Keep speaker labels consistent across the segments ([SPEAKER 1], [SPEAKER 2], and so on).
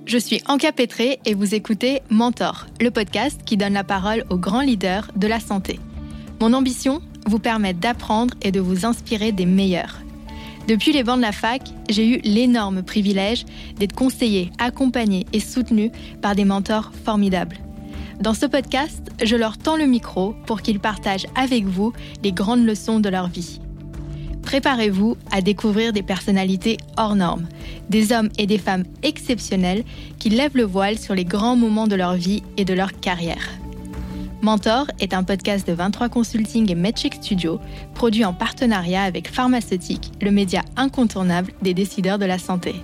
[SPEAKER 1] Je suis Anka Pétré et vous écoutez Mentor, le podcast qui donne la parole aux grands leaders de la santé. Mon ambition, vous permettre d'apprendre et de vous inspirer des meilleurs. Depuis les bancs de la fac, j'ai eu l'énorme privilège d'être conseillée, accompagnée et soutenue par des mentors formidables. Dans ce podcast, je leur tends le micro pour qu'ils partagent avec vous les grandes leçons de leur vie. Préparez-vous à découvrir des personnalités hors normes, des hommes et des femmes exceptionnels qui lèvent le voile sur les grands moments de leur vie et de leur carrière. Mentor est un podcast de 23 Consulting et MedCheck Studio, produit en partenariat avec Pharmaceutique, le média incontournable des décideurs de la santé.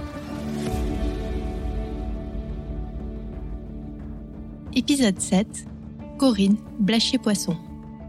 [SPEAKER 1] Épisode 7, Corinne Blachier-Poisson.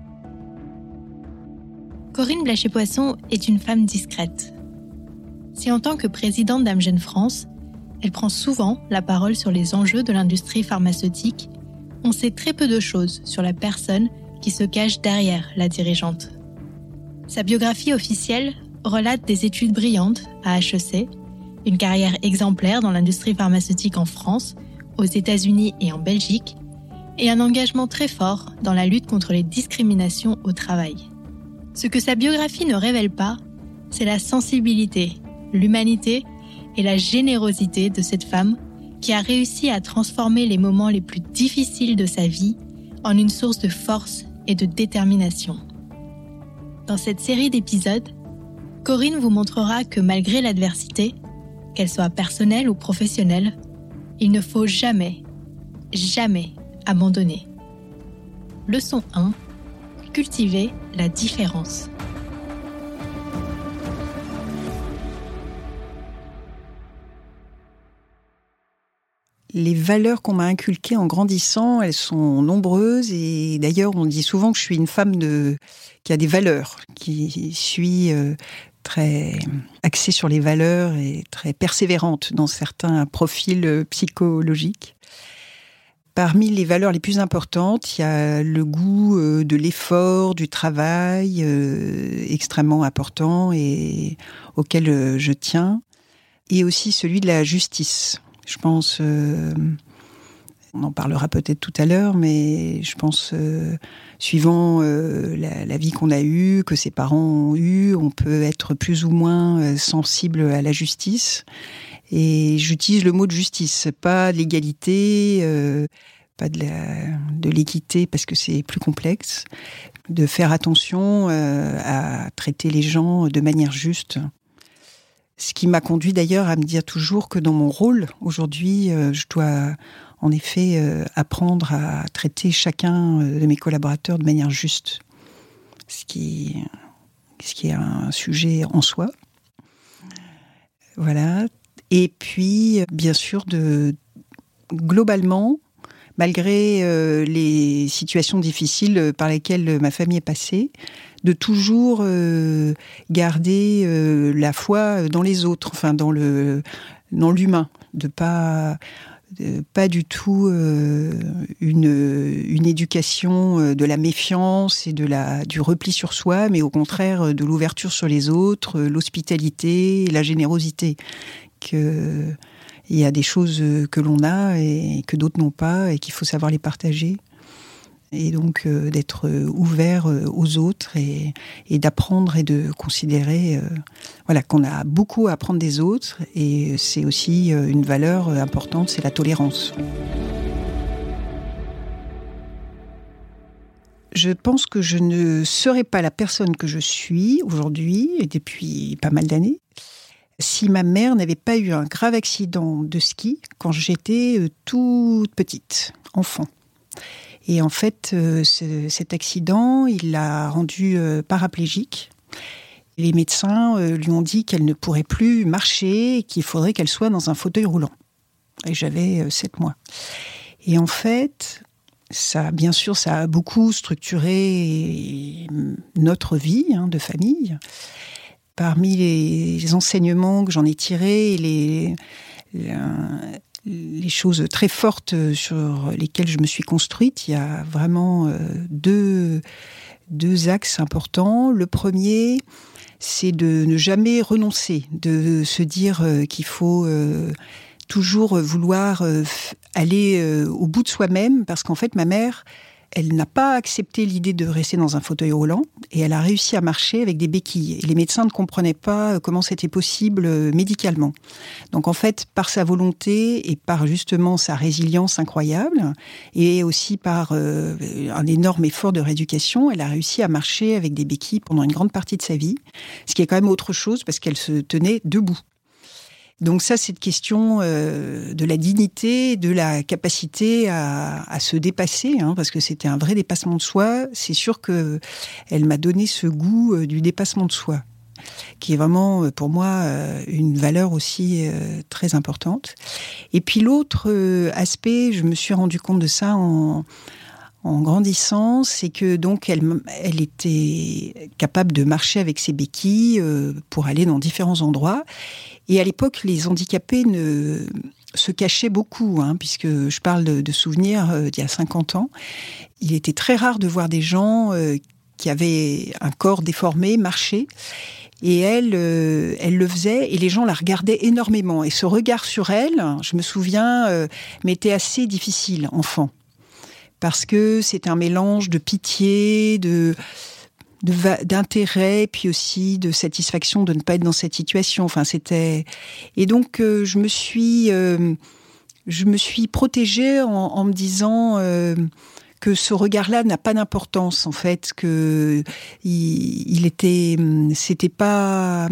[SPEAKER 1] Corinne Blachier-Poisson est une femme discrète. Si en tant que présidente d'Amgen France, elle prend souvent la parole sur les enjeux de l'industrie pharmaceutique, on sait très peu de choses sur la personne qui se cache derrière la dirigeante. Sa biographie officielle relate des études brillantes à HEC, une carrière exemplaire dans l'industrie pharmaceutique en France, aux États-Unis et en Belgique, et un engagement très fort dans la lutte contre les discriminations au travail. Ce que sa biographie ne révèle pas, c'est la sensibilité, l'humanité et la générosité de cette femme qui a réussi à transformer les moments les plus difficiles de sa vie en une source de force et de détermination. Dans cette série d'épisodes, Corinne vous montrera que malgré l'adversité, qu'elle soit personnelle ou professionnelle, il ne faut jamais abandonner. Leçon 1. Cultiver la différence.
[SPEAKER 2] Les valeurs qu'on m'a inculquées en grandissant, elles sont nombreuses et d'ailleurs on dit souvent que je suis une femme qui a des valeurs, qui suis très axée sur les valeurs et très persévérante dans certains profils psychologiques. Parmi les valeurs les plus importantes, il y a le goût de l'effort, du travail, extrêmement important et auquel je tiens, et aussi celui de la justice. Je pense, on en parlera peut-être tout à l'heure, mais je pense, suivant la vie qu'on a eue, que ses parents ont eue, on peut être plus ou moins sensible à la justice. Et j'utilise le mot de justice, pas de l'égalité, pas de l'équité parce que c'est plus complexe, de faire attention à traiter les gens de manière juste. Ce qui m'a conduit d'ailleurs à me dire toujours que dans mon rôle aujourd'hui, je dois en effet apprendre à traiter chacun de mes collaborateurs de manière juste, ce qui est un sujet en soi. Voilà. Et puis, bien sûr, globalement, malgré les situations difficiles par lesquelles ma famille est passée, de toujours garder la foi dans les autres, enfin dans l'humain, de pas du tout une éducation de la méfiance et du repli sur soi, mais au contraire de l'ouverture sur les autres, l'hospitalité, la générosité. Il y a des choses que l'on a et que d'autres n'ont pas et qu'il faut savoir les partager. Et donc d'être ouvert aux autres et d'apprendre et de considérer qu'on a beaucoup à apprendre des autres. Et c'est aussi une valeur importante, c'est la tolérance. Je pense que je ne serais pas la personne que je suis aujourd'hui et depuis pas mal d'années si ma mère n'avait pas eu un grave accident de ski quand j'étais toute petite, enfant. Et en fait, cet accident, il l'a rendue paraplégique. Les médecins lui ont dit qu'elle ne pourrait plus marcher et qu'il faudrait qu'elle soit dans un fauteuil roulant. Et j'avais 7 mois. Et en fait, ça a beaucoup structuré notre vie de famille. Parmi les enseignements que j'en ai tirés, les choses très fortes sur lesquelles je me suis construite, il y a vraiment deux axes importants. Le premier, c'est de ne jamais renoncer, de se dire qu'il faut toujours vouloir aller au bout de soi-même, parce qu'en fait, ma mère, elle n'a pas accepté l'idée de rester dans un fauteuil roulant et elle a réussi à marcher avec des béquilles. Et les médecins ne comprenaient pas comment c'était possible médicalement. Donc en fait, par sa volonté et par justement sa résilience incroyable et aussi par un énorme effort de rééducation, elle a réussi à marcher avec des béquilles pendant une grande partie de sa vie. Ce qui est quand même autre chose parce qu'elle se tenait debout. Donc ça, c'est une question de la dignité, de la capacité à se dépasser, parce que c'était un vrai dépassement de soi. C'est sûr que elle m'a donné ce goût du dépassement de soi, qui est vraiment pour moi une valeur aussi très importante. Et puis l'autre aspect, je me suis rendu compte de ça en grandissant, c'est que donc elle était capable de marcher avec ses béquilles pour aller dans différents endroits. Et à l'époque, les handicapés se cachaient beaucoup, puisque je parle de souvenirs d'il y a 50 ans. Il était très rare de voir des gens qui avaient un corps déformé marcher. Et elle le faisait, et les gens la regardaient énormément. Et ce regard sur elle, je me souviens, m'était assez difficile, enfant. Parce que c'est un mélange de pitié, d'intérêt, puis aussi de satisfaction de ne pas être dans cette situation. Enfin, c'était... Et donc, je me suis protégée en me disant que ce regard-là n'a pas d'importance, en fait, que c'était pas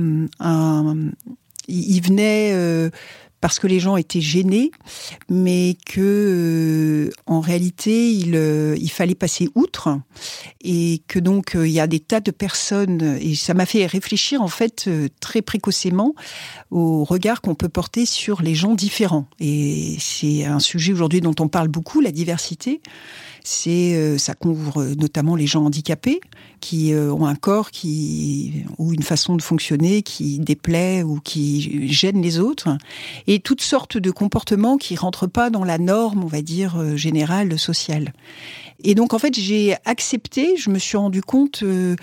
[SPEAKER 2] il venait parce que les gens étaient gênés, mais que en réalité il fallait passer outre, et que donc il y a des tas de personnes, et ça m'a fait réfléchir en fait très précocement au regard qu'on peut porter sur les gens différents. Et c'est un sujet aujourd'hui dont on parle beaucoup, la diversité. Ça couvre notamment les gens handicapés qui ont un corps ou une façon de fonctionner qui déplaît ou qui gêne les autres, et toutes sortes de comportements qui rentrent pas dans la norme, on va dire, générale, sociale. Et donc en fait, j'ai accepté, je me suis rendu compte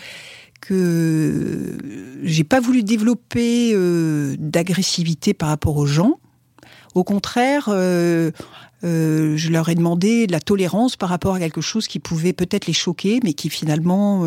[SPEAKER 2] que j'ai pas voulu développer d'agressivité par rapport aux gens. Au contraire, je leur ai demandé de la tolérance par rapport à quelque chose qui pouvait peut-être les choquer, mais qui finalement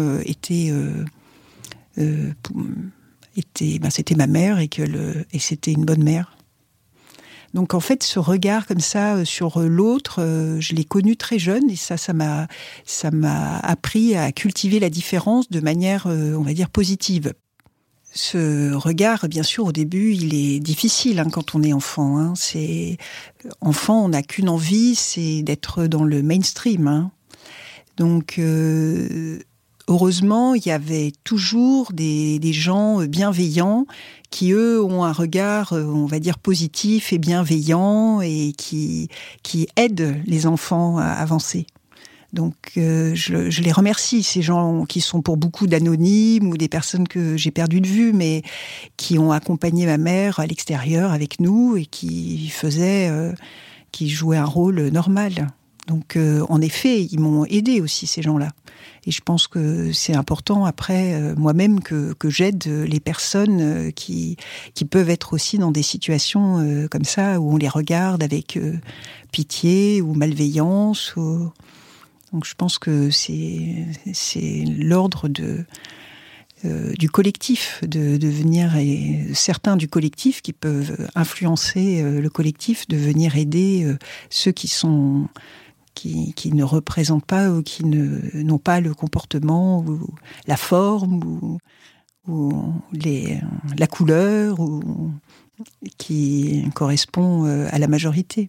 [SPEAKER 2] c'était ma mère, et c'était une bonne mère. Donc en fait, ce regard comme ça sur l'autre, je l'ai connu très jeune, et ça m'a appris à cultiver la différence de manière, on va dire, positive. Ce regard, bien sûr, au début, il est difficile quand on est enfant. Enfant, on n'a qu'une envie, c'est d'être dans le mainstream. Donc, heureusement, il y avait toujours des gens bienveillants qui, eux, ont un regard, on va dire, positif et bienveillant, et qui aident les enfants à avancer. Donc, je les remercie, ces gens qui sont pour beaucoup d'anonymes ou des personnes que j'ai perdues de vue, mais qui ont accompagné ma mère à l'extérieur avec nous et qui jouaient un rôle normal. Donc, en effet, ils m'ont aidé aussi, ces gens-là. Et je pense que c'est important, après, moi-même, que j'aide les personnes qui peuvent être aussi dans des situations comme ça, où on les regarde avec pitié ou malveillance. Donc je pense que c'est l'ordre du collectif, de venir, et certains du collectif qui peuvent influencer le collectif, de venir aider ceux qui ne représentent pas, ou qui n'ont pas le comportement ou la forme ou la couleur qui correspond à la majorité.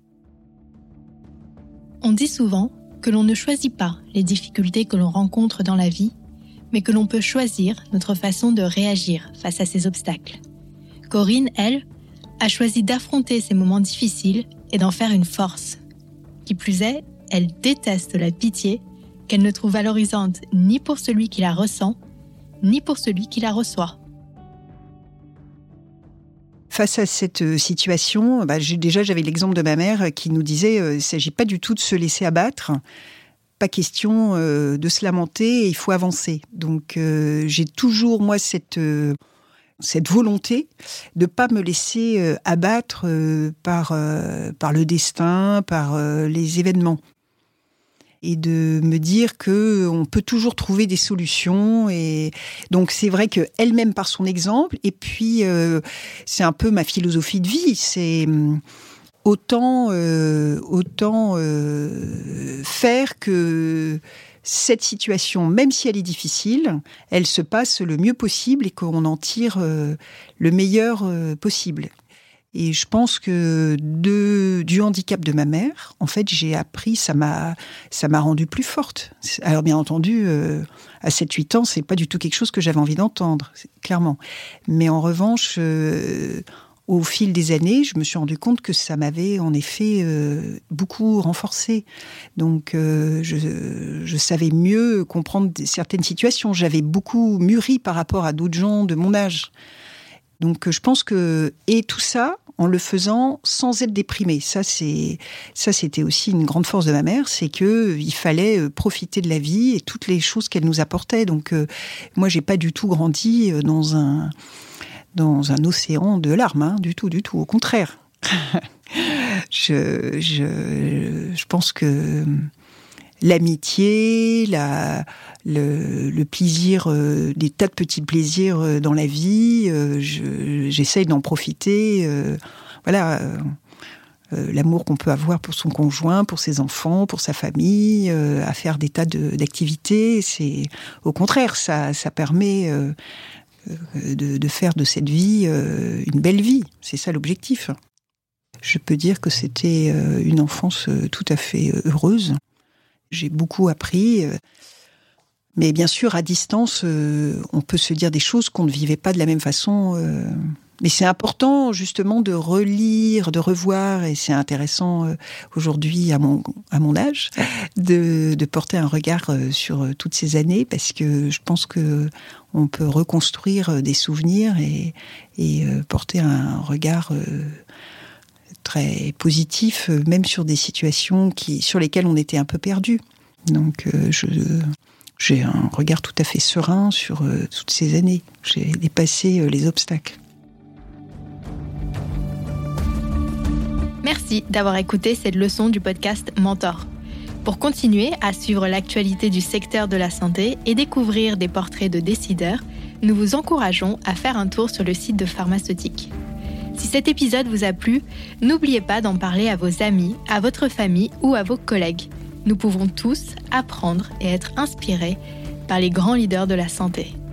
[SPEAKER 1] On dit souvent que l'on ne choisit pas les difficultés que l'on rencontre dans la vie, mais que l'on peut choisir notre façon de réagir face à ces obstacles. Corinne, elle, a choisi d'affronter ces moments difficiles et d'en faire une force. Qui plus est, elle déteste la pitié, qu'elle ne trouve valorisante ni pour celui qui la ressent, ni pour celui qui la reçoit.
[SPEAKER 2] Face à cette situation, j'avais l'exemple de ma mère qui nous disait il ne s'agit pas du tout de se laisser abattre, pas question de se lamenter, il faut avancer. Donc j'ai toujours, moi, cette cette volonté de pas me laisser abattre par le destin, par les événements. Et de me dire qu'on peut toujours trouver des solutions. Et donc, c'est vrai qu'elle-même, par son exemple, et puis, c'est un peu ma philosophie de vie, c'est autant faire que cette situation, même si elle est difficile, elle se passe le mieux possible et qu'on en tire le meilleur possible. Et je pense que du handicap de ma mère, en fait, j'ai appris, ça m'a rendue plus forte. Alors, bien entendu, à 7-8 ans, c'est pas du tout quelque chose que j'avais envie d'entendre, clairement. Mais en revanche, au fil des années, je me suis rendu compte que ça m'avait, en effet, beaucoup renforcée. Donc, je savais mieux comprendre certaines situations. J'avais beaucoup mûri par rapport à d'autres gens de mon âge. Donc, je pense que... Et tout ça, en le faisant sans être déprimée. Ça, c'était aussi une grande force de ma mère, c'est qu'il fallait profiter de la vie et toutes les choses qu'elle nous apportait. Donc, moi, j'ai pas du tout grandi dans un océan de larmes, du tout, au contraire. Je pense que l'amitié, le plaisir, des tas de petits plaisirs dans la vie, j'essaye d'en profiter. L'amour qu'on peut avoir pour son conjoint, pour ses enfants, pour sa famille, à faire des tas d'activités, c'est au contraire, ça permet de faire de cette vie une belle vie. C'est ça l'objectif. Je peux dire que c'était une enfance tout à fait heureuse. J'ai beaucoup appris, mais bien sûr, à distance, on peut se dire des choses qu'on ne vivait pas de la même façon. Mais c'est important, justement, de relire, de revoir, et c'est intéressant aujourd'hui, à mon âge, de porter un regard sur toutes ces années, parce que je pense que on peut reconstruire des souvenirs et porter un regard très positif, même sur des situations sur lesquelles on était un peu perdu. Donc, j'ai un regard tout à fait serein sur toutes ces années. J'ai dépassé les obstacles.
[SPEAKER 1] Merci d'avoir écouté cette leçon du podcast Mentor. Pour continuer à suivre l'actualité du secteur de la santé et découvrir des portraits de décideurs, nous vous encourageons à faire un tour sur le site de Pharmaceutique. Si cet épisode vous a plu, n'oubliez pas d'en parler à vos amis, à votre famille ou à vos collègues. Nous pouvons tous apprendre et être inspirés par les grands leaders de la santé.